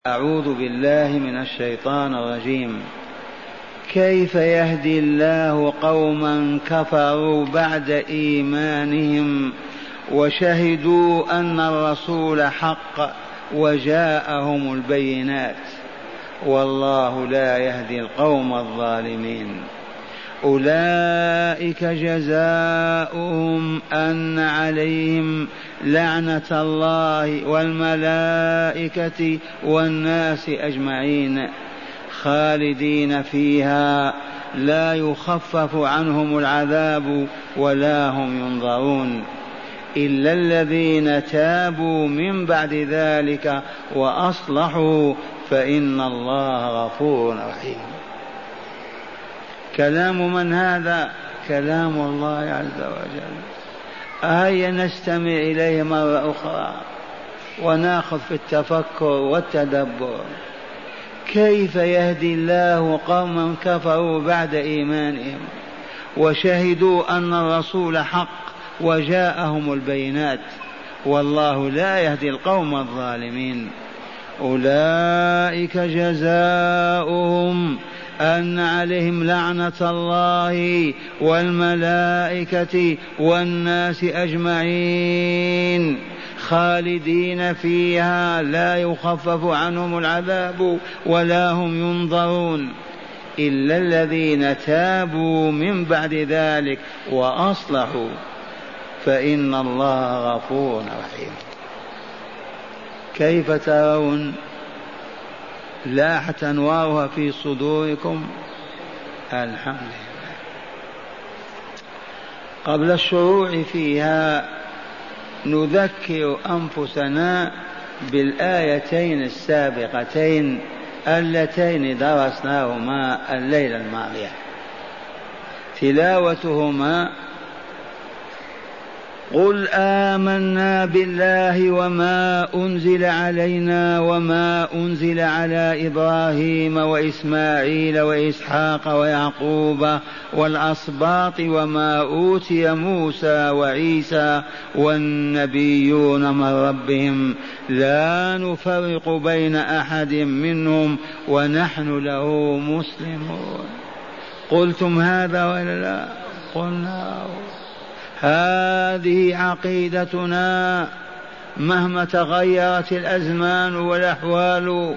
أعوذ بالله من الشيطان الرجيم. كيف يهدي الله قوما كفروا بعد إيمانهم وشهدوا أن الرسول حق وجاءهم البينات، والله لا يهدي القوم الظالمين. أولئك جزاؤهم أن عليهم لعنة الله والملائكة والناس أجمعين خالدين فيها لا يخفف عنهم العذاب ولا هم ينظرون إلا الذين تابوا من بعد ذلك وأصلحوا فإن الله غفور رحيم. كلام من هذا؟ كلام الله عز وجل. هيا نستمع إليه مرة أخرى ونأخذ في التفكر والتدبر. كيف يهدي الله قوما كفروا بعد إيمانهم وشهدوا أن الرسول حق وجاءهم البينات، والله لا يهدي القوم الظالمين. أولئك جزاؤهم أن عليهم لعنة الله والملائكة والناس أجمعين خالدين فيها لا يخفف عنهم العذاب ولا هم ينظرون إلا الذين تابوا من بعد ذلك وأصلحوا فإن الله غفور رحيم. كيف ترون لاحت أنوارها في صدوركم؟ الحمد لله. قبل الشروع فيها نذكر أنفسنا بالآيتين السابقتين اللتين درسناهما الليلة الماضية، تلاوتهما: قل آمنا بالله وما أنزل علينا وما أنزل على إبراهيم وإسماعيل وإسحاق ويعقوب والأسباط وما أوتي موسى وعيسى والنبيون من ربهم لا نفرق بين أحد منهم ونحن له مسلمون. قلتم هذا ولا لا؟ قلنا. هذه عقيدتنا مهما تغيرت الأزمان والأحوال.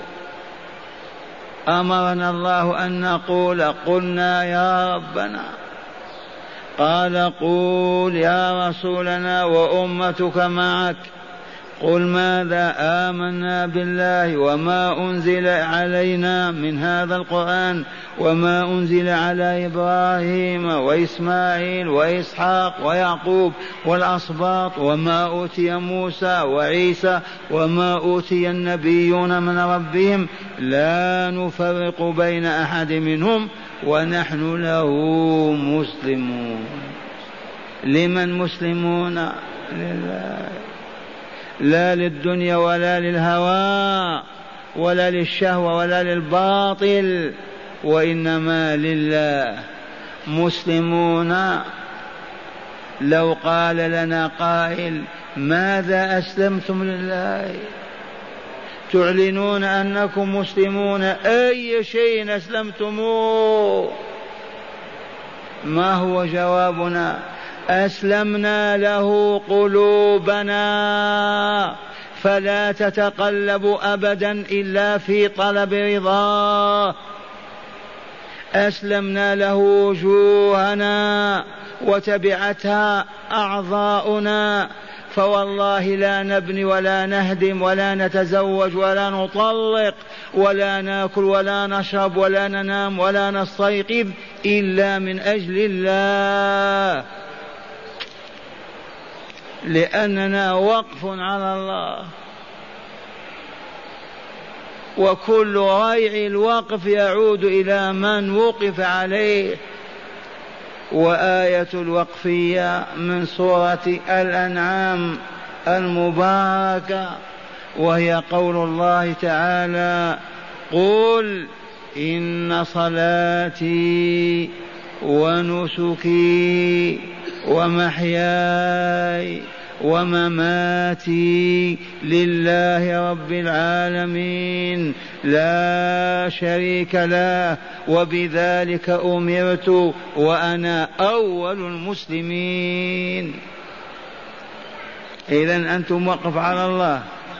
أمرنا الله أن نقول قلنا يا ربنا، قال قول يا رسولنا وأمتك معك. قل ماذا؟ آمنا بالله وما أنزل علينا من هذا القرآن وما أنزل على إبراهيم وإسماعيل وإسحاق ويعقوب والأسباط وما أوتي موسى وعيسى وما أوتي النبيون من ربهم لا نفرق بين أحد منهم ونحن له مسلمون. لمن مسلمون؟ لله، لا للدنيا ولا للهوى ولا للشهوة ولا للباطل، وإنما لله مسلمون. لو قال لنا قائل ماذا أسلمتم لله؟ تعلنون أنكم مسلمون، أي شيء أسلمتموه؟ ما هو جوابنا؟ أسلمنا له قلوبنا فلا تتقلب أبدا إلا في طلب رضاه. أسلمنا له وجوهنا وتبعتها أعضاؤنا، فوالله لا نبني ولا نهدم ولا نتزوج ولا نطلق ولا ناكل ولا نشرب ولا ننام ولا نستيقظ إلا من أجل الله، لأننا وقف على الله، وكل ريع الوقف يعود إلى من وقف عليه. وآية الوقفية من سورة الأنعام المباركة، وهي قول الله تعالى: قل إن صلاتي ونسكي ومحياي ومماتي لله رب العالمين لا شريك له وبذلك أمرت وأنا أول المسلمين. إذن أنتم وقف على الله،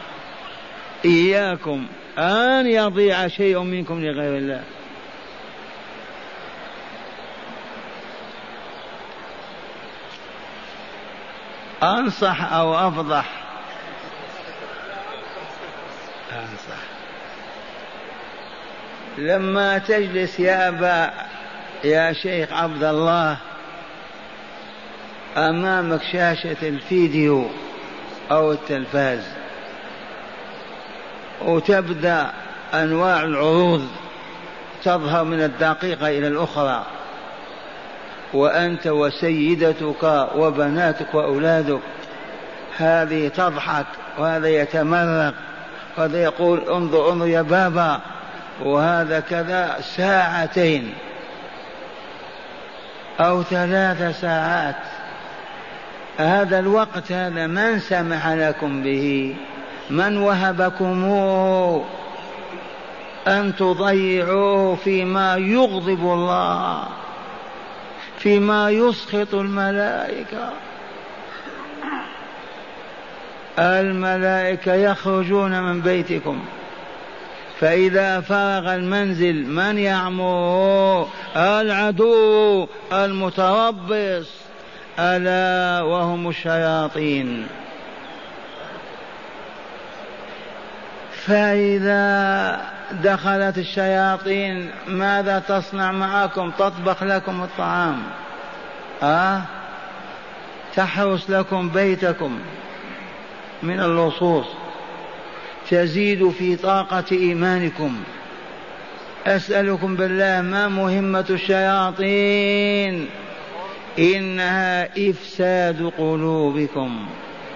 إياكم أن يضيع شيء منكم لغير الله. أنصح أو أفضح؟ أنصح. لما تجلس يا شيخ عبد الله أمامك شاشة الفيديو أو التلفاز وتبدأ أنواع العروض تظهر من الدقيقة إلى الأخرى، وأنت وسيدتك وبناتك وأولادك، هذه تضحك وهذا يتمرق وهذا يقول انظر انظر يا بابا، وهذا كذا ساعتين أو 3 ساعات. هذا الوقت هذا من سمح لكم به؟ من وهبكموه أن تضيعوه فيما يغضب الله، فيما يسخط الملائكة؟ الملائكة يخرجون من بيتكم، فإذا فرغ المنزل من يعمره؟ العدو المتربص، ألا وهم الشياطين. فإذا دخلت الشياطين ماذا تصنع معكم؟ تطبخ لكم الطعام، تحرس لكم بيتكم من اللصوص، تزيد في طاقة إيمانكم. أسألكم بالله ما مهمة الشياطين؟ إنها إفساد قلوبكم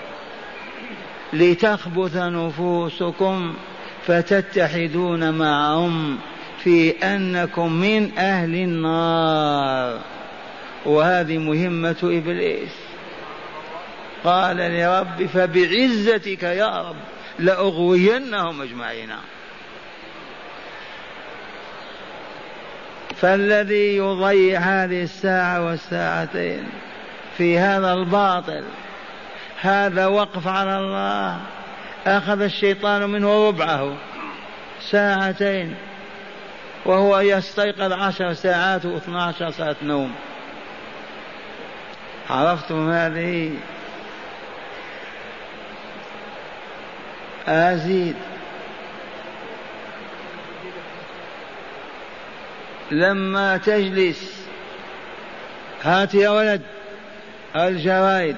لتخبث نفوسكم فتتحدون معهم في أنكم من أهل النار، وهذه مهمة إبليس. قال لرب فبعزتك يا رب لأغوينهم أجمعين. فالذي يضيع هذه الساعة والساعتين في هذا الباطل هذا وقف على الله. أخذ الشيطان منه ربعه 2 ساعة وهو يستيقظ 10 ساعات و12 ساعة نوم. عرفتم هذه؟ أزيد. لما تجلس هات يا ولد الجرائد،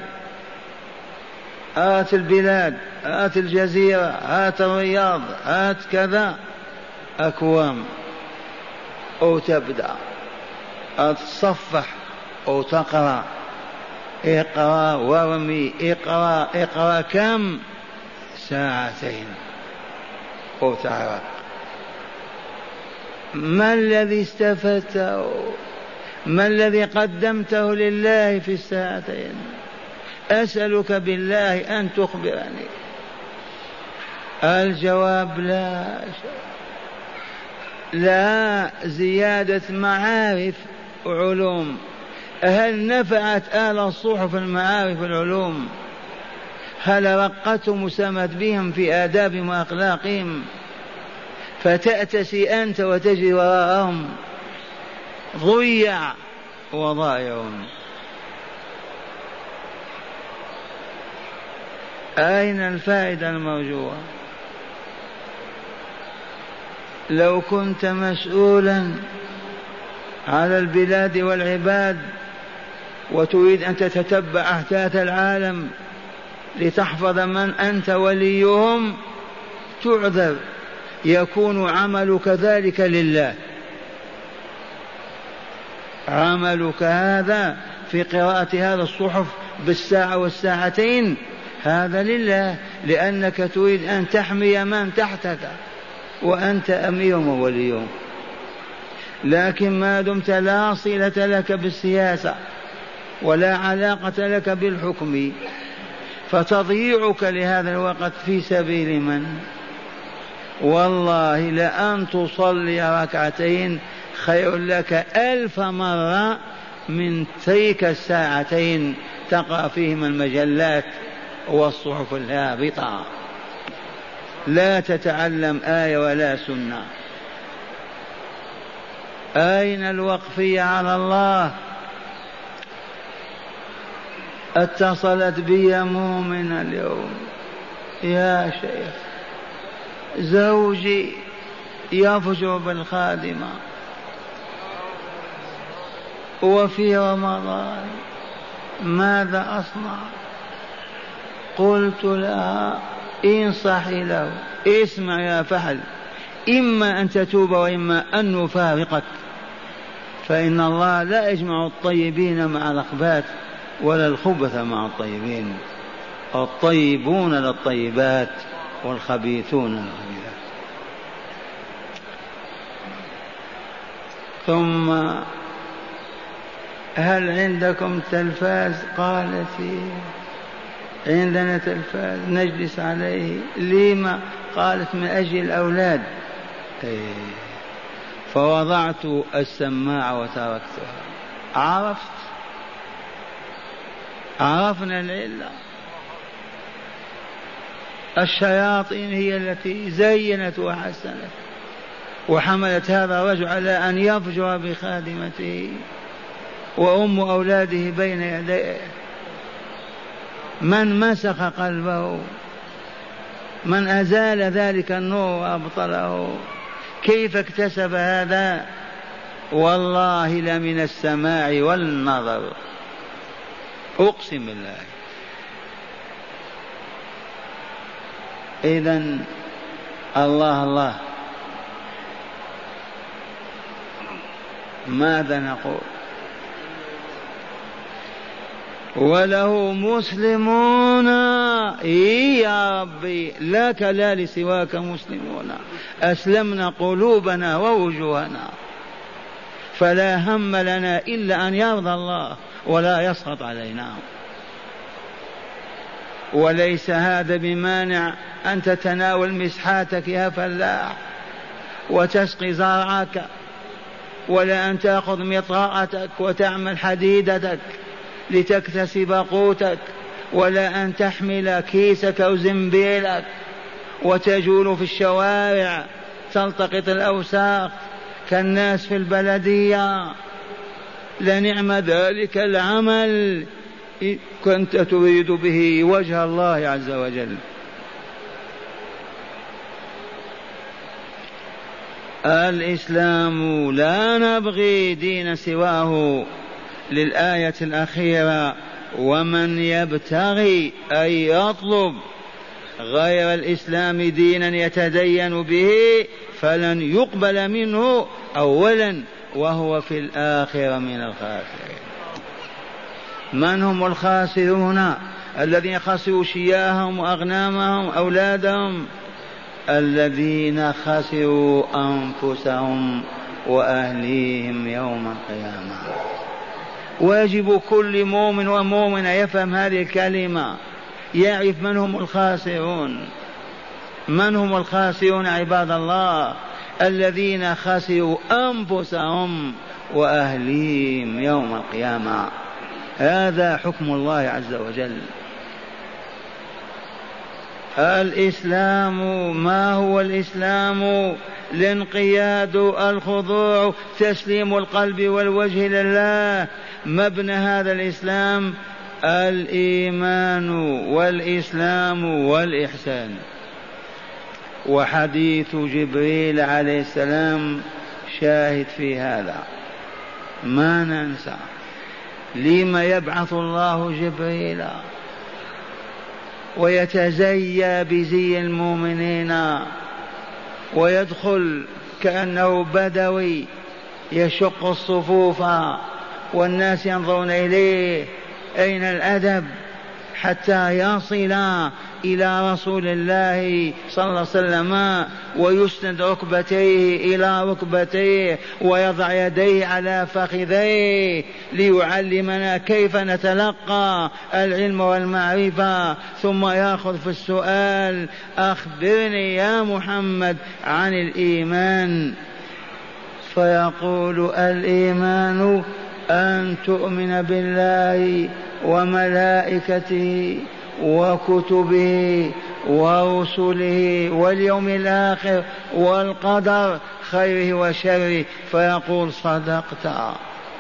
هات البلاد، هات الجزيرة، هات الرياض، هات كذا، أكوام، أو تبدأ تصفح أو تقرأ، اقرأ ورمي، اقرأ اقرأ، كم 2 ساعة أو تعرق. ما الذي استفدته؟ ما الذي قدمته لله في 2 ساعتين؟ أسألك بالله أن تخبرني. الجواب لا زيادة معارف وعلوم. هل نفعت أهل الصحف المعارف والعلوم؟ هل رقتهم وسمت بهم في آدابهم وأخلاقهم؟ فتأتسي أنت وتجري وراءهم. ضيع وضائع. أين الفائدة المرجوة؟ لو كنت مسؤولا على البلاد والعباد وتريد أن تتتبع أحداث العالم لتحفظ من أنت وليهم، تعذر، يكون عملك ذلك لله. عملك هذا في قراءة هذا الصحف بالساعة والساعتين هذا لله، لأنك تريد أن تحمي من تحتك وأنت أميرهم ووليهم. لكن ما دمت لا صلة لك بالسياسة ولا علاقة لك بالحكم، فتضييعك لهذا الوقت في سبيل من؟ والله لأن تصلي ركعتين خير لك 1000 مرة من تلك الساعتين تقرأ فيهما المجلات والصحف الهابطة، لا تتعلم آية ولا سنة. أين الوقفية على الله؟ اتصلت بي مؤمنة اليوم، يا شيخ زوجي يفجر بالخادمة وفي رمضان ماذا أصنع؟ قلت لها انصحي له، اسمع يا فحل، إما أن تتوب وإما أن نفارقك، فإن الله لا يجمع الطيبين مع الأخباث ولا الخبث مع الطيبين، الطيبون للطيبات والخبيثون للخبيثات. ثم هل عندكم تلفاز؟ قالت عندنا تلفاز نجلس عليه. لما؟ قالت من أجل الأولاد. فوضعت السماعة وتركتها. عرفنا العلة. الشياطين هي التي زينت وحسنت وحملت هذا الرجل على أن يفجر بخادمته وأم أولاده بين يديه. من مسخ قلبه؟ من أزال ذلك النور وأبطله؟ كيف اكتسب هذا؟ والله لمن السماع والنظر، أقسم بالله. إذن الله الله ماذا نقول؟ وله مسلمون. يا ربي لك لا لسواك مسلمون، أسلمنا قلوبنا ووجوهنا، فلا هم لنا إلا أن يرضى الله ولا يسخط علينا. وليس هذا بمانع أن تتناول مسحاتك يا فلاح وتسقي زرعك، ولا أن تأخذ مطرقتك وتعمل حديدتك لتكتسب قوتك، ولا أن تحمل كيسك أو زنبيلك وتجول في الشوارع تلتقط الأوساخ كالناس في البلدية. لنعم ذلك العمل كنت تريد به وجه الله عز وجل. الإسلام لا نبغي دين سواه. للآية الأخيرة: ومن يبتغي أي يطلب غير الإسلام دينا يتدين به فلن يقبل منه أولا وهو في الآخرة من الخاسرين. من هم الخاسرون؟ الذين خسروا شياههم وأغنامهم أولادهم، الذين خسروا أنفسهم وأهليهم يوم القيامة. واجب كل مؤمن ومؤمنة يفهم هذه الكلمة، يعرف من هم الخاسرون. من هم الخاسرون عباد الله؟ الذين خسروا أنفسهم وأهليهم يوم القيامة. هذا حكم الله عز وجل. الإسلام ما هو الإسلام؟ الانقياد، الخضوع، تسليم القلب والوجه لله. مبنى هذا الإسلام الإيمان والإسلام والإحسان. وحديث جبريل عليه السلام شاهد في هذا ما ننسى. لما يبعث الله جبريل ويتزيى بزي المؤمنين ويدخل كأنه بدوي يشق الصفوف والناس ينظرون إليه؟ أين الأدب؟ حتى يصل إلى رسول الله صلى الله عليه وسلم ويسند ركبتيه إلى ركبتيه ويضع يديه على فخذيه ليعلمنا كيف نتلقى العلم والمعرفة. ثم يأخذ في السؤال: أخبرني يا محمد عن الإيمان. فيقول: الإيمان أن تؤمن بالله وملائكته وكتبه ورسله واليوم الآخر والقدر خيره وشره. فيقول: صدقت.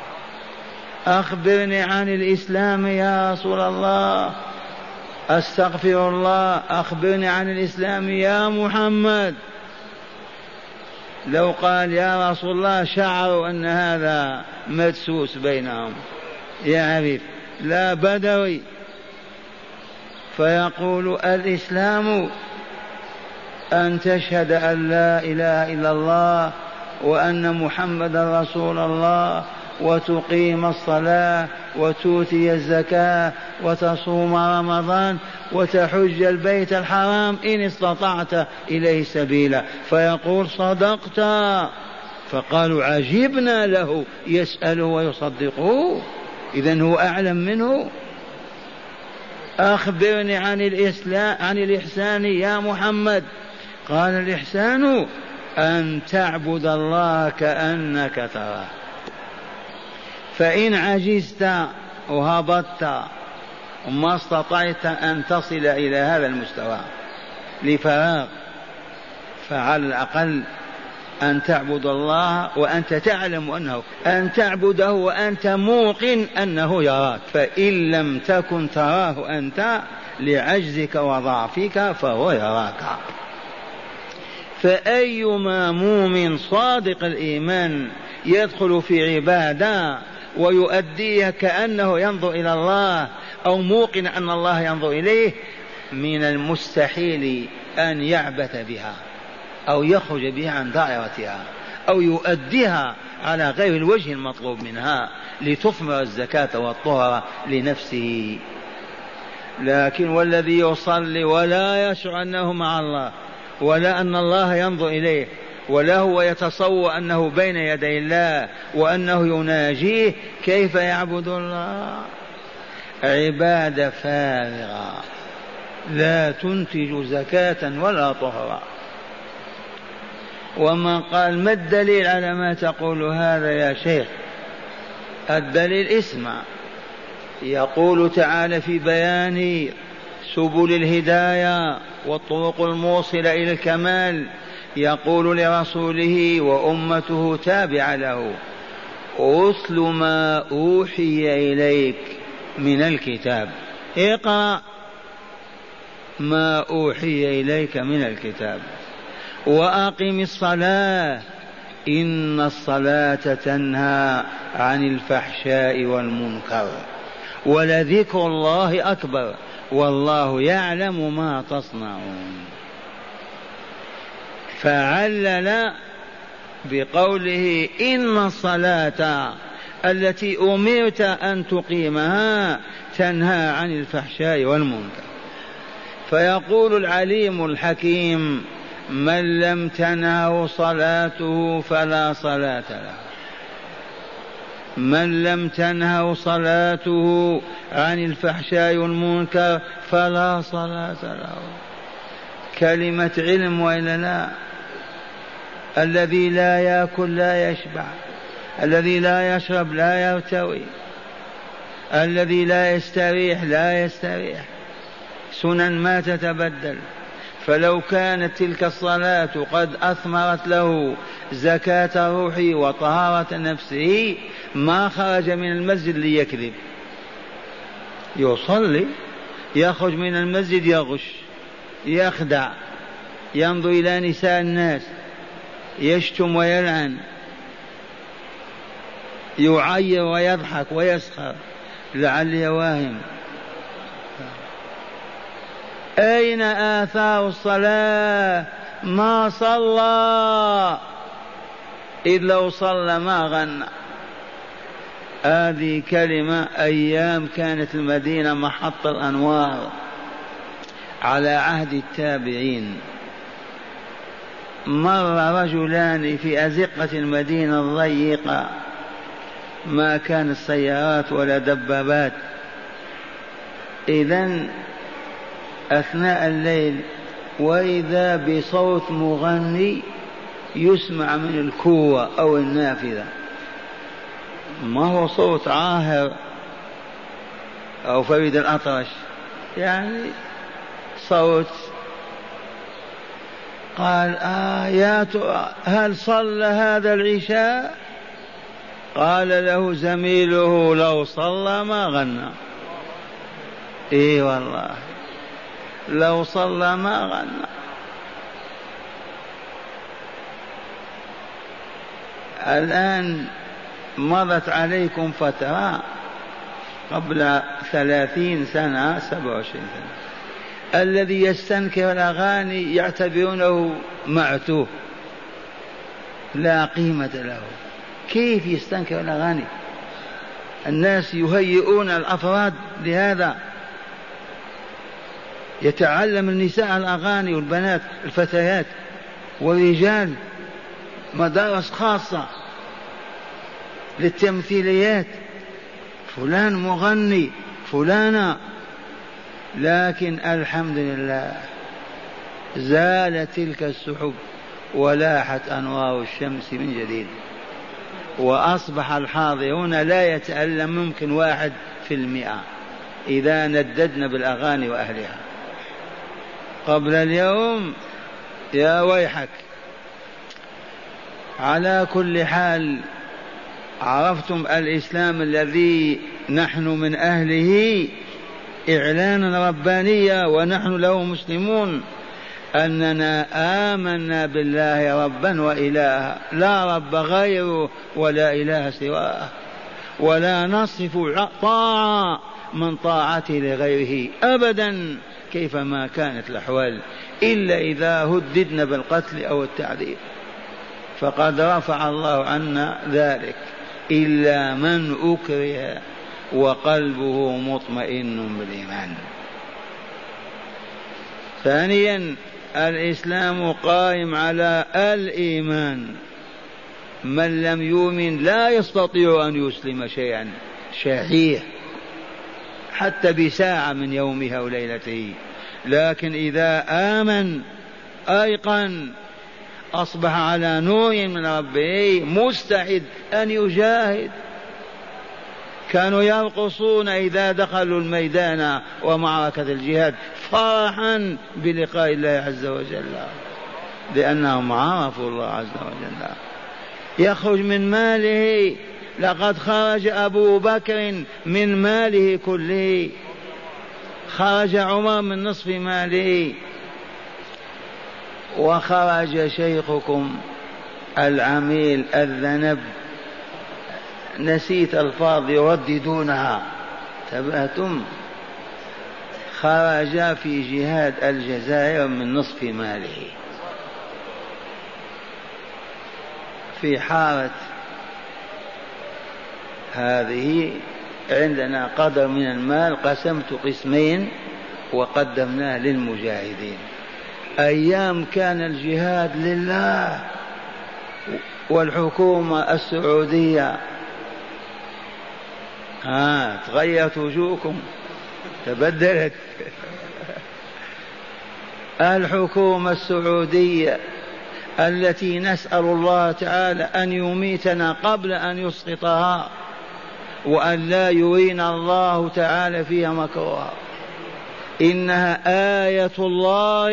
أخبرني عن الإسلام يا رسول الله. أستغفر الله، أخبرني عن الإسلام يا محمد. لو قال يا رسول الله شعروا أن هذا مدسوس بينهم، يعرف، لا بدوي. فيقول: الإسلام أن تشهد أن لا إله إلا الله وأن محمدا رسول الله وتقيم الصلاة وتؤتي الزكاة وتصوم رمضان وتحج البيت الحرام إن استطعت إليه سبيلا. فيقول: صدقت. فقالوا: عجبنا له يسأله ويصدقه، إذن هو أعلم منه. أخبرني عن الإسلام عن الإحسان يا محمد. قال: الإحسان أن تعبد الله كأنك تراه، فإن عجزت وهبطت وما استطعت أن تصل إلى هذا المستوى لفراغ، فعلى الأقل أن تعبد الله وأنت تعلم أنه، أن تعبده وأنت موقن أنه يراك، فإن لم تكن تراه أنت لعجزك وضعفك فهو يراك. فأيما مؤمن صادق الإيمان يدخل في عبادة ويؤديها كأنه ينظر إلى الله أو موقن أن الله ينظر إليه، من المستحيل أن يعبث بها أو يخرج بها عن دائرتها أو يؤديها على غير الوجه المطلوب منها لتثمر الزكاة والطهر لنفسه. لكن والذي يصلي ولا يشعر أنه مع الله ولا أن الله ينظر إليه ولا هو يتصور أنه بين يدي الله وأنه يناجيه، كيف يعبد الله؟ عبادة فارغة لا تنتج زكاة ولا طهرا. ومن قال: ما الدليل على ما تقول هذا يا شيخ؟ الدليل اسمع. يقول تعالى في بيان سبل الهداية والطرق الموصلة إلى الكمال، يقول لرسوله وأمته تابعة له: أتل ما أوحي إليك من الكتاب، اقرأ ما أوحي إليك من الكتاب، وأقم الصلاة إن الصلاة تنهى عن الفحشاء والمنكر، ولذكر الله أكبر والله يعلم ما تصنعون. فعلل بقوله إن الصلاة التي أمرت أن تقيمها تنهى عن الفحشاء والمنكر. فيقول العليم الحكيم: من لم تنهه صلاته فلا صلاة له، من لم تنهه صلاته عن الفحشاء والمنكر فلا صلاة له. كلمة علم وإلا لا؟ الذي لا يأكل لا يشبع، الذي لا يشرب لا يرتوي، الذي لا يستريح لا يستريح، سنن ما تتبدل. فلو كانت تلك الصلاة قد أثمرت له زكاة روحه وطهارة نفسه ما خرج من المسجد ليكذب. يصلي، يخرج من المسجد يغش، يخدع، ينظر إلى نساء الناس، يشتم ويلعن، يعير ويضحك ويسخر، لعلي واهم. أين آثار الصلاة؟ ما صلى، إذ لو صلى ما غنى. هذه كلمة. أيام كانت المدينة محط الأنوار على عهد التابعين. مر رجلان في أزقة المدينة الضيقة، ما كانت سيارات ولا دبابات، إذن أثناء الليل وإذا بصوت مغني يسمع من الكوة أو النافذة، ما هو صوت عاهر أو فريد الأطرش، يعني صوت. قال يا هل صلى هذا العشاء؟ قال له زميله لو صلى ما غنى. اي والله لو صلى ما غنى. الآن مضت عليكم فترة قبل 30 سنة 27 سنة الذي يستنكر الأغاني يعتبرونه معتوه لا قيمة له. كيف يستنكر الأغاني؟ الناس يهيئون الأفراد لهذا، يتعلم النساء الأغاني والبنات الفتيات والرجال مدارس خاصة للتمثيليات، فلان مغني فلانة. لكن الحمد لله زالت تلك السحب ولاحت أنوار الشمس من جديد، وأصبح الحاضرون لا يتألم ممكن 1% إذا نددنا بالأغاني وأهلها. قبل اليوم يا ويحك. على كل حال عرفتم الإسلام الذي نحن من أهله إعلانا ربانيا ونحن له مسلمون، أننا آمنا بالله ربا وإلها، لا رب غيره ولا إله سواه، ولا نصف طاعة من طاعته لغيره أبدا كيفما كانت الأحوال، إلا إذا هددنا بالقتل أو التعذيب، فقد رفع الله عنا ذلك، إلا من أكره وقلبه مطمئن بالإيمان. ثانيا الإسلام قائم على الإيمان، من لم يؤمن لا يستطيع أن يسلم شيئا شحيح حتى بساعة من يومها وليلته، لكن إذا آمن أيقن أصبح على نور من ربه مستعد أن يجاهد. كانوا يرقصون إذا دخلوا الميدان ومعركة الجهاد فرحا بلقاء الله عز وجل، لأنهم عرفوا الله عز وجل. يخرج من ماله، لقد خرج أبو بكر من ماله كله، خرج عمر من نصف ماله، وخرج شيخكم العميل الذنب، نسيت الفاظ يرددونها تبأتم، خرج في جهاد الجزائر من نصف ماله في حارة. هذه عندنا قدر من المال قسمت قسمين وقدمناه للمجاهدين. أيام كان الجهاد لله، والحكومة السعودية تغيرت وجوهكم تبدلت. الحكومة السعودية التي نسأل الله تعالى أن يميتنا قبل أن يسقطها، وأن لا يرينا الله تعالى فيها مكروها، إنها آية الله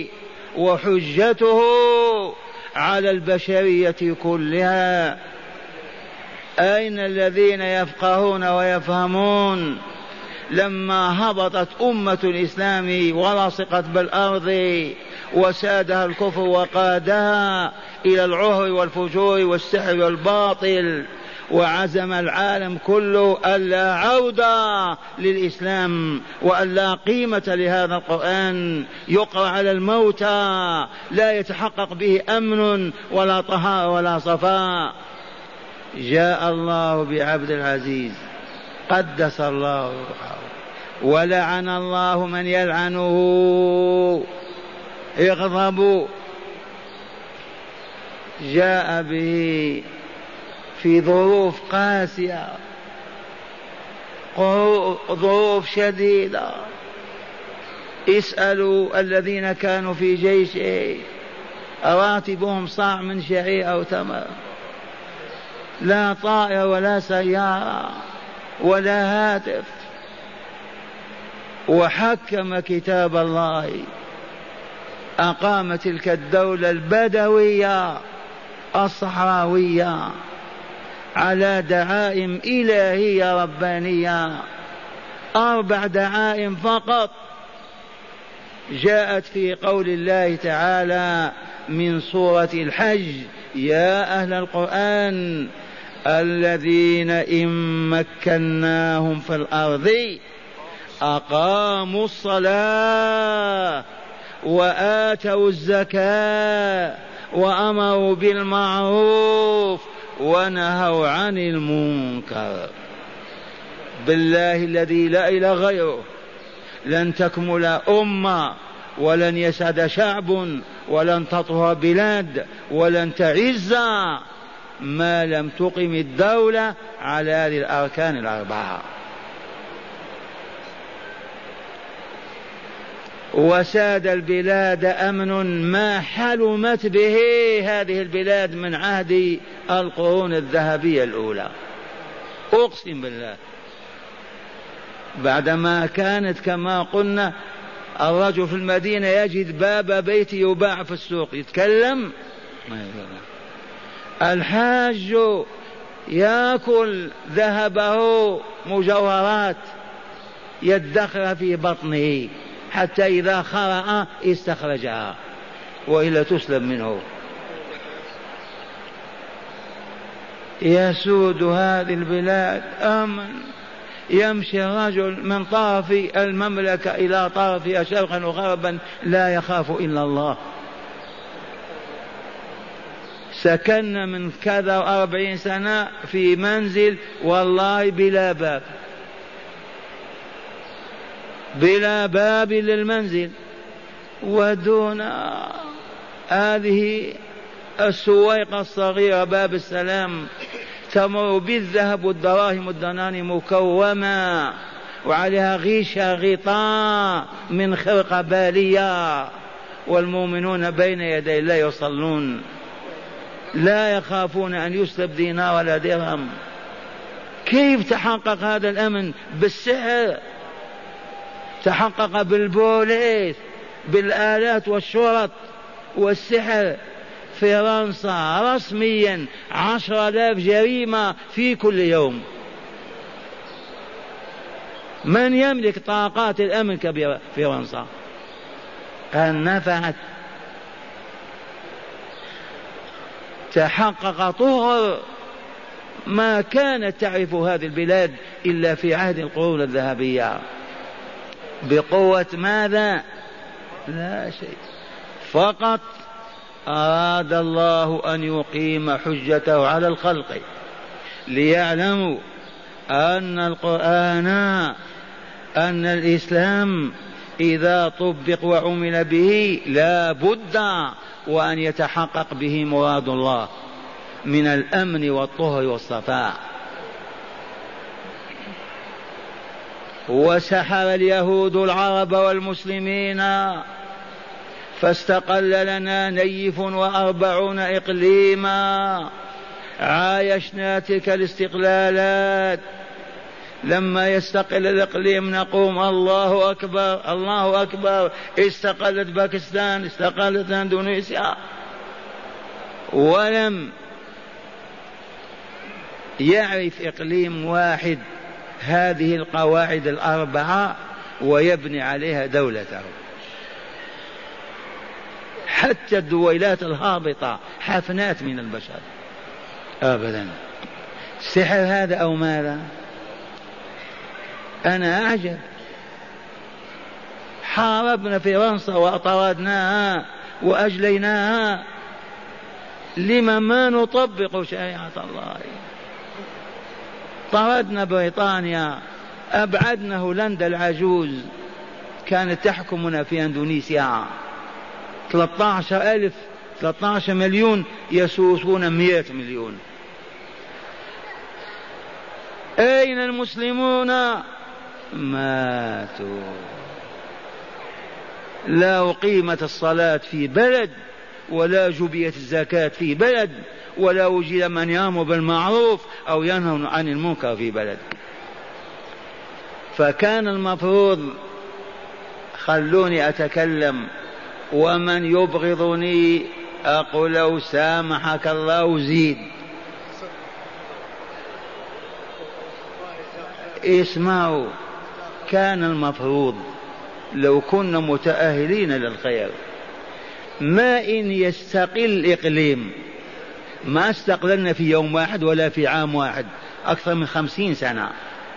وحجته على البشرية كلها. أين الذين يفقهون ويفهمون؟ لما هبطت أمة الإسلام ولصقت بالأرض وسادها الكفر وقادها إلى العهر والفجور والسحر والباطل، وعزم العالم كله ألا عودة للإسلام وألا قيمة لهذا القرآن، يقرأ على الموتى لا يتحقق به أمن ولا طهارة ولا صفاء. جاء الله بعبد العزيز قدس الله روحه، ولعن الله من يلعنه. اغضبوا. جاء به في ظروف قاسية، ظروف شديدة. اسألوا الذين كانوا في جيشه، راتبهم صاع من شعير أو تمر، لا طائر ولا سيارة ولا هاتف، وحكم كتاب الله. أقام تلك الدولة البدوية الصحراوية على دعائم إلهية ربانية، 4 دعائم فقط جاءت في قول الله تعالى من سورة الحج: يا أهل القرآن الذين إن مكناهم في الأرض أقاموا الصلاة وآتوا الزكاة وأمروا بالمعروف ونهوا عن المنكر. بالله الذي لا إله غيره لن تكمل أمة، ولن يسعد شعب، ولن تطهر بلاد، ولن تعز ما لم تقم الدولة على هذه الأركان ال4. وساد البلاد أمن ما حلمت به هذه البلاد من عهد القرون الذهبية الأولى، أقسم بالله. بعدما كانت كما قلنا الرجل في المدينة يجد باب بيته يباع في السوق، يتكلم الحاج يأكل ذهبه مجوهرات يدخر في بطنه حتى إذا خرأ استخرجها وإلا تسلب منه. يسود هذه البلاد أمن، يمشي الرجل من طرف المملكة إلى طرفها شرقا وغربا لا يخاف إلا الله. سكننا من كذا 40 سنة في منزل والله بلا باب، بلا باب للمنزل، ودون هذه السويقة الصغيرة باب السلام تمر بالذهب والدراهم والدنانير مكومة وعليها غيشة غطاء من خرقة بالية، والمؤمنون بين يدي الله يصلون لا يخافون أن يسلب دينار ولا درهم. كيف تحقق هذا الأمن؟ بالسحر، تحقق بالبوليس، بالآلات والشرط والسحر. فرنسا رسميا 10,000 جريمة في كل يوم. من يملك طاقات الأمن كبيرة؟ فرنسا. قد نفعت، تحقق طهر ما كانت تعرف هذه البلاد إلا في عهد القرون الذهبية. بقوة ماذا؟ لا شيء، فقط أراد الله أن يقيم حجته على الخلق ليعلموا أن القرآن، أن الإسلام إذا طبق وعمل به لا بد وأن يتحقق به مراد الله من الأمن والطهر والصفاء. وسحر اليهود العرب والمسلمين فاستقل لنا نيف 40 إقليما، عايشنا تلك الاستقلالات. لما يستقل الإقليم نقوم الله أكبر الله أكبر. استقلت باكستان، استقلت اندونيسيا، ولم يعرف إقليم واحد هذه القواعد ال4 ويبني عليها دولته. حتى الدويلات الهابطة حفنات من البشر أبدا. سحر هذا أو ماذا؟ أنا أعجب. حاربنا فرنسا وأطردناها وأجليناها، لما ما نطبق شريعة الله؟ طردنا بريطانيا، أبعدنا هولندا العجوز كانت تحكمنا في أندونيسيا، 13 مليون يسوسون 100 مليون. أين المسلمون؟ ماتوا. لا أقيمت الصلاة في بلد، ولا جبيت الزكاة في بلد، ولا وجد من يأمر بالمعروف أو ينهى عن المنكر في بلد. فكان المفروض، خلوني أتكلم، ومن يبغضني أقول له سامحك الله زيد. اسمعوا، كان المفروض لو كنا متأهلين للخير، ما إن يستقل إقليم، ما استقللنا في يوم واحد ولا في عام واحد، أكثر من 50 سنة.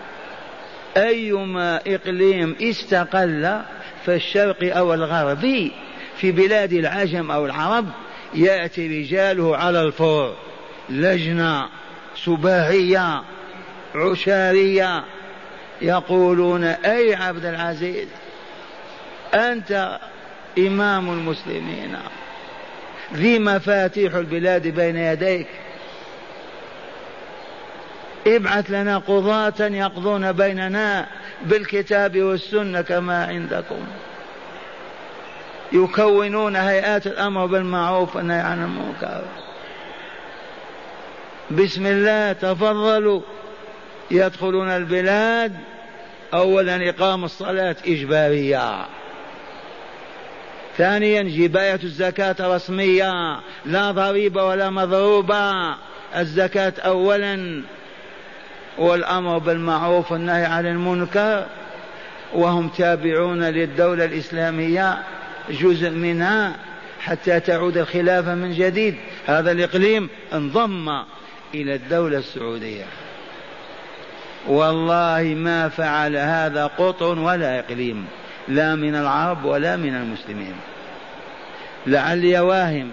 أيما إقليم استقل فالشرق أو الغربي في بلاد العجم أو العرب يأتي رجاله على الفور، لجنة سباعية عشارية، يقولون أي عبد العزيز أنت إمام المسلمين، ذي مفاتيح البلاد بين يديك، ابعث لنا قضاة يقضون بيننا بالكتاب والسنة كما عندكم. يكونون هيئات الأمر بالمعروف والنهي عن المنكر. بسم الله تفضلوا، يدخلون البلاد. أولا إقام الصلاة إجبارية، ثانيا جباية الزكاة رسمية، لا ضريبة ولا مضروبة، الزكاة أولا، والأمر بالمعروف والنهي عن المنكر، وهم تابعون للدولة الإسلامية جزء منها حتى تعود الخلافة من جديد. هذا الإقليم انضم إلى الدولة السعودية، والله ما فعل هذا قطر ولا إقليم، لا من العرب ولا من المسلمين. لعلي واهم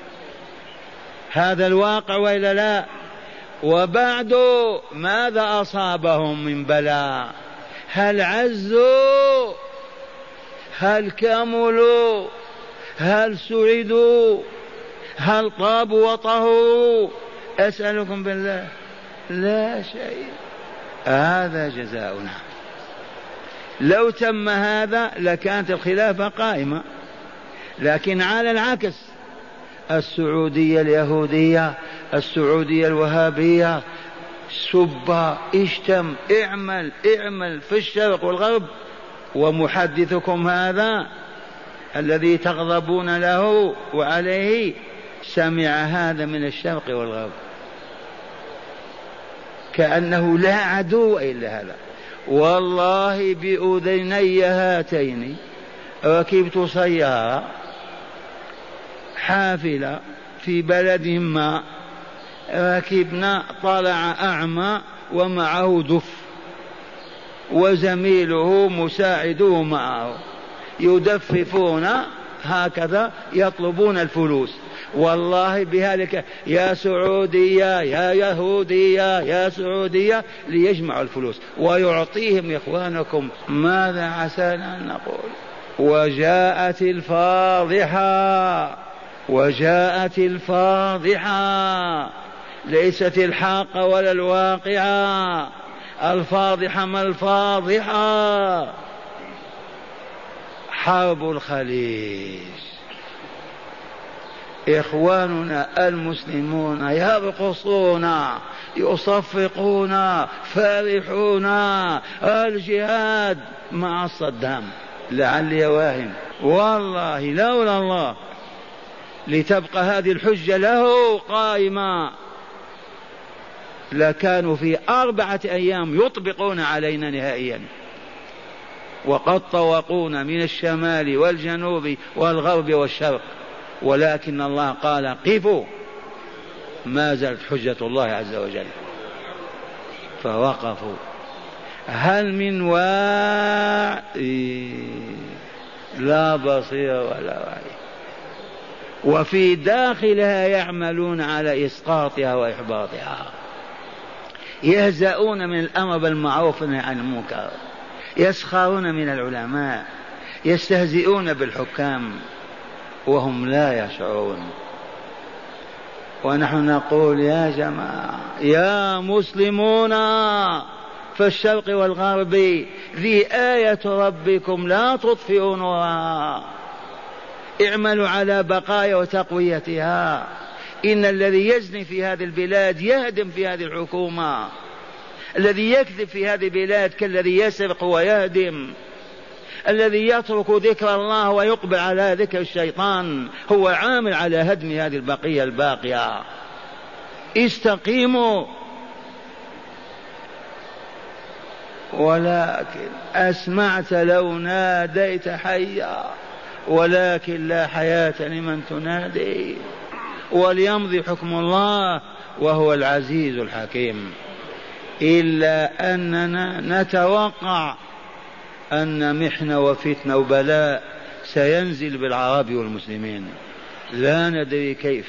هذا الواقع وإلا لا؟ وبعد ماذا أصابهم من بلاء؟ هل عزوا؟ هل كملوا؟ هل سعدوا؟ هل طابوا وطهروا؟ أسألكم بالله، لا شيء. هذا جزاؤنا. لو تم هذا لكانت الخلافة قائمة، لكن على العكس، السعودية اليهودية، السعودية الوهابية، سب، اشتم، اعمل في الشرق والغرب. ومحدثكم هذا الذي تغضبون له وعليه سمع هذا من الشرق والغرب، كأنه لا عدو إلا هذا. والله بأذني هاتين ركبت سيارة حافلة في بلد ما، ركبنا، طلع أعمى ومعه دف، وزميله مساعده معه، يدففون هكذا يطلبون الفلوس. والله بهذلك يا سعودية يا يهودية يا سعودية ليجمعوا الفلوس ويعطيهم إخوانكم. ماذا عسانا أن نقول؟ وجاءت الفاضحة، ليست الحاقة ولا الواقعة، الفاضحة. ما الفاضحة؟ حرب الخليج. إخواننا المسلمون يرقصون يصفقون فرحون الجهاد مع صدام. لعلي واهم، والله لولا الله لتبقى هذه الحجة له قائمة لكانوا في 4 أيام يطبقون علينا نهائيا، وقد طوقونا من الشمال والجنوب والغرب والشرق، ولكن الله قال قفوا، ما زالت حجة الله عز وجل، فوقفوا. هل من واعي؟ لا بصير ولا وعي. وفي داخلها يعملون على إسقاطها وإحباطها. يهزؤون من الأمر بالمعروف والنهي عن المنكر، يسخرون من العلماء، يستهزئون بالحكام وهم لا يشعرون. ونحن نقول يا جماعة يا مسلمون في الشرق والغرب، ذي آية ربكم لا تطفئوا نورها، اعملوا على بقايا وتقويتها. إن الذي يزني في هذه البلاد يهدم في هذه الحكومة، الذي يكذب في هذه البلاد كالذي يسرق ويهدم، الذي يترك ذكر الله ويقبل على ذكر الشيطان هو عامل على هدم هذه البقية الباقية. استقيموا. ولكن أسمعت لو ناديت حيا، ولكن لا حياة لمن تنادي، وليمضي حكم الله وهو العزيز الحكيم. إلا أننا نتوقع أن محنة وفتنة وبلاء سينزل بالعرب والمسلمين، لا ندري كيف.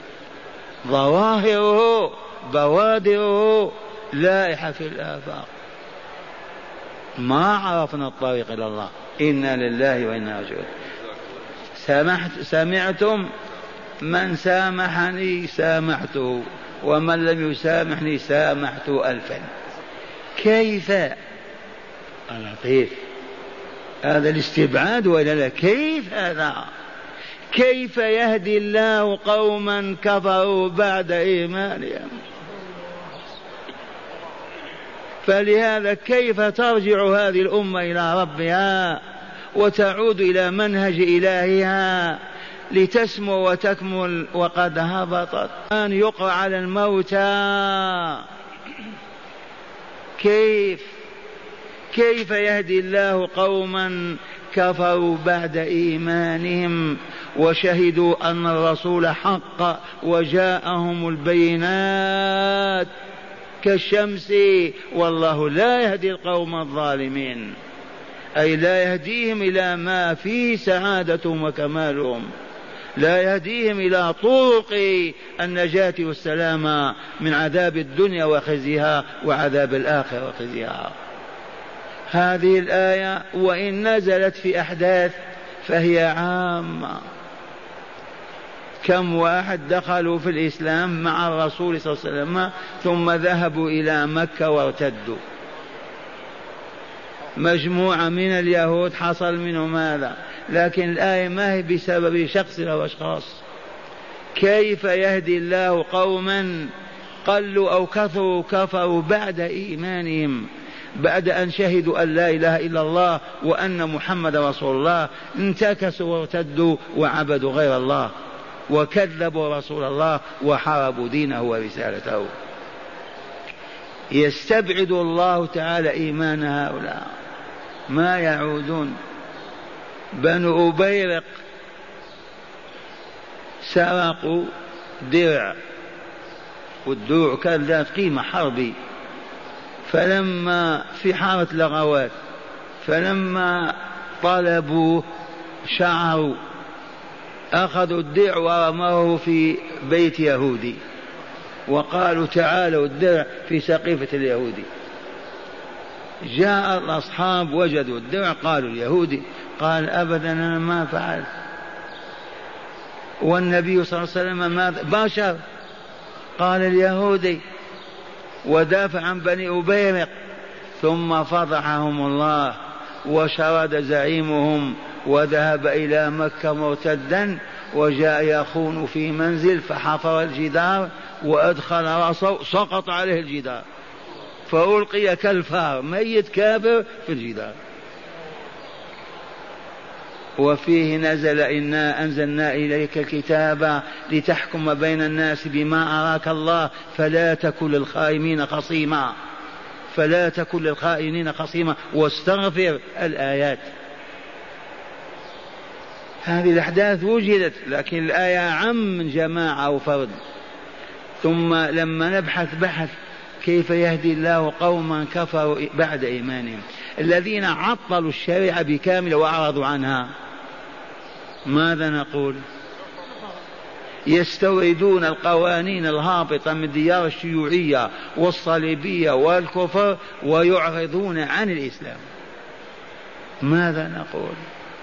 ظواهره بوادره لائحة في الآفاق، ما عرفنا الطريق إلى الله. إنا لله وإنا إليه راجعون. سمعتم؟ من سامحني سامحته، ومن لم يسامحني سامحته ألفا. كيف؟ لطيف هذا الاستبعاد ولا لا؟ كيف هذا؟ كيف يهدي الله قوما كفروا بعد إيمانهم؟ فلهذا كيف ترجع هذه الأمة إلى ربها وتعود إلى منهج إلهها لتسمو وتكمل وقد هبطت؟ أن يقرأ على الموتى. كيف يهدي الله قوما كفروا بعد إيمانهم وشهدوا أن الرسول حق وجاءهم البينات كالشمس، والله لا يهدي القوم الظالمين، أي لا يهديهم إلى ما فيه سعادتهم وكمالهم، لا يهديهم إلى طرق النجاة والسلامة من عذاب الدنيا وخزيها وعذاب الآخرة وخزيها. هذه الآية وإن نزلت في أحداث فهي عامة. كم واحد دخلوا في الإسلام مع الرسول صلى الله عليه وسلم ثم ذهبوا إلى مكة وارتدوا. مجموعة من اليهود حصل منهم هذا، لكن الآية ما هي بسبب شخص أو أشخاص. كيف يهدي الله قوما قلوا أو كثروا كفروا بعد إيمانهم، بعد أن شهدوا أن لا إله إلا الله وأن محمد رسول الله، انتكسوا وارتدوا وعبدوا غير الله وكذبوا رسول الله وحاربوا دينه ورسالته. يستبعد الله تعالى إيمان هؤلاء، ما يعودون. بنو أبيرق سرقوا درع، والدروع كان ذات قيمة حربي، فلما في حارة لغوات فلما طلبوه شعروا، أخذوا الدرع ورموه في بيت يهودي وقالوا تعالوا الدرع في سقيفة اليهودي. جاء الأصحاب وجدوا الدرع، قالوا اليهودي، قال أبدا أنا ما فعل. والنبي صلى الله عليه وسلم ماذا؟ بشر. قال اليهودي، ودافع عن بني أبيرق. ثم فضحهم الله وشرد زعيمهم وذهب إلى مكة مرتدا، وجاء يخون في منزل فحفر الجدار وأدخل رأسه، سقط عليه الجدار فألقي كالفار ميت كافر في الجدار. وفيه نزل إنا أنزلنا إليك الكتاب لتحكم بين الناس بما أراك الله فلا تكن للخائنين خصيما، فلا تكن للخائنين خصيما واستغفر الآيات. هذه الأحداث وجدت، لكن الآية عم من جماعة أو فرد. ثم لما نبحث بحث كيف يهدي الله قوما كفروا بعد إيمانهم، الذين عطلوا الشريعة بكامل وأعرضوا عنها، ماذا نقول؟ يستوردون القوانين الهابطة من ديار الشيوعية والصليبية والكفر ويعرضون عن الإسلام. ماذا نقول؟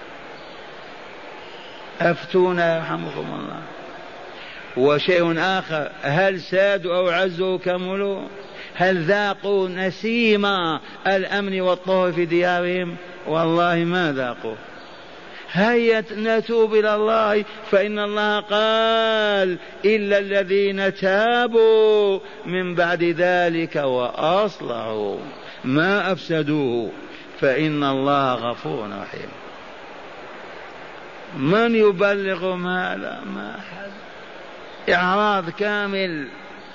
أفتونا يرحمكم الله. وشيء آخر، هل سادوا أو عزوا وكملوا؟ هل ذاقوا نسيم الأمن والطهر في ديارهم؟ والله ما ذاقوا. هيا نتوب إلى الله، فإن الله قال إلا الذين تابوا من بعد ذلك وأصلحوا ما أفسدوه فإن الله غفور رحيم. من يبلغ هذا؟ ما أحد. إعراض كامل.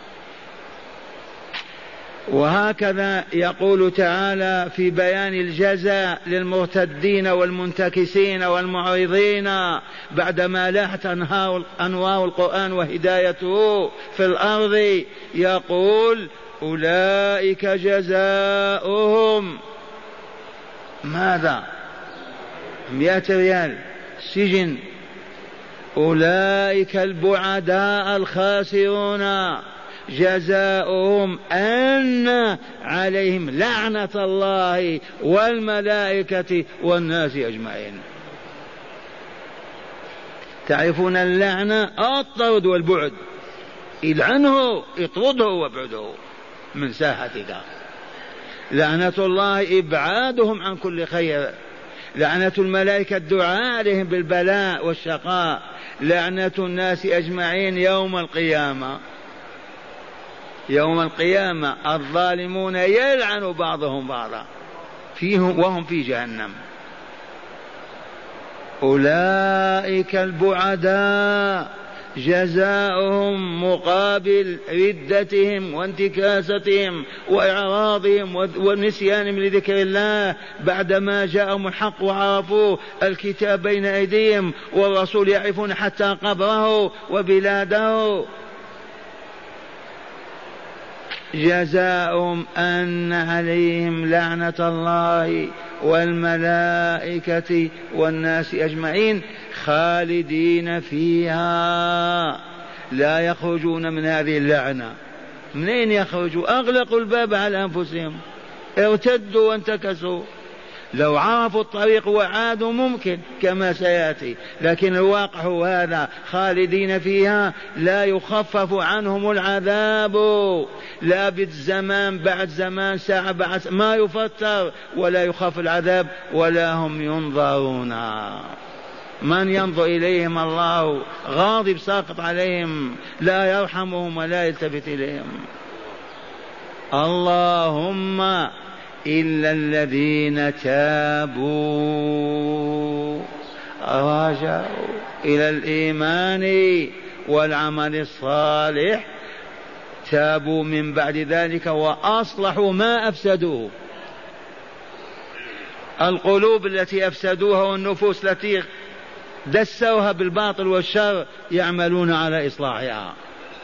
وهكذا يقول تعالى في بيان الجزاء للمرتدين والمنتكسين والمعرضين بعدما لاحت أنوار القرآن وهدايته في الأرض، يقول أولئك جزاؤهم ماذا؟ 100 ريال سجن. أولئك البعداء الخاسرون جزاؤهم أن عليهم لعنة الله والملائكة والناس أجمعين. تعرفون اللعنة الطرد والبعد، العنه اطرده وابعده من ساحتك. لعنة الله إبعادهم عن كل خير، لعنة الملائكة الدعاء عليهم بالبلاء والشقاء، لعنة الناس أجمعين يوم القيامة. يوم القيامة الظالمون يلعن بعضهم بعضا فيهم وهم في جهنم. أولئك البعداء جزاؤهم مقابل ردتهم وانتكاستهم وإعراضهم ونسيانهم لذكر الله بعدما جاءهم الحق وعرفوا الكتاب بين أيديهم والرسول يعرفون حتى قبره وبلاده. جزاؤهم أن عليهم لعنة الله والملائكة والناس أجمعين خالدين فيها لا يخرجون من هذه اللعنة. منين يخرجوا؟ أغلقوا الباب على أنفسهم، ارتدوا وانتكسوا. لو عرفوا الطريق وعادوا ممكن كما سيأتي، لكن الواقع هو هذا، خالدين فيها لا يخفف عنهم العذاب، لا بالزمان بعد زمان ساعة بعد ساعة ما يفتر ولا يخف العذاب ولا هم ينظرون. من ينظر إليهم؟ الله غاضب ساقط عليهم لا يرحمهم ولا يلتفت إليهم. اللهم إلا الذين تابوا رجعوا إلى الإيمان والعمل الصالح، تابوا من بعد ذلك وأصلحوا ما أفسدوه. القلوب التي أفسدوها والنفوس التي دسوها بالباطل والشر يعملون على إصلاحها.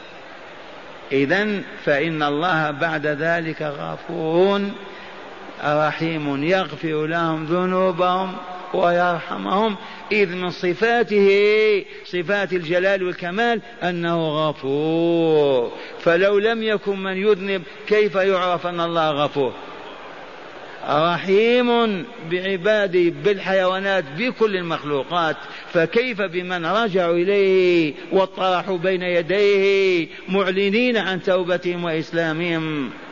إذن فإن الله بعد ذلك غفور رحيم يغفر لهم ذنوبهم ويرحمهم، إذ من صفاته صفات الجلال والكمال أنه غفور. فلو لم يكن من يذنب كيف يعرف أن الله غفور؟ رحيم بعباده بالحيوانات بكل المخلوقات، فكيف بمن رجعوا إليه واطرحوا بين يديه معلنين عن توبتهم وإسلامهم؟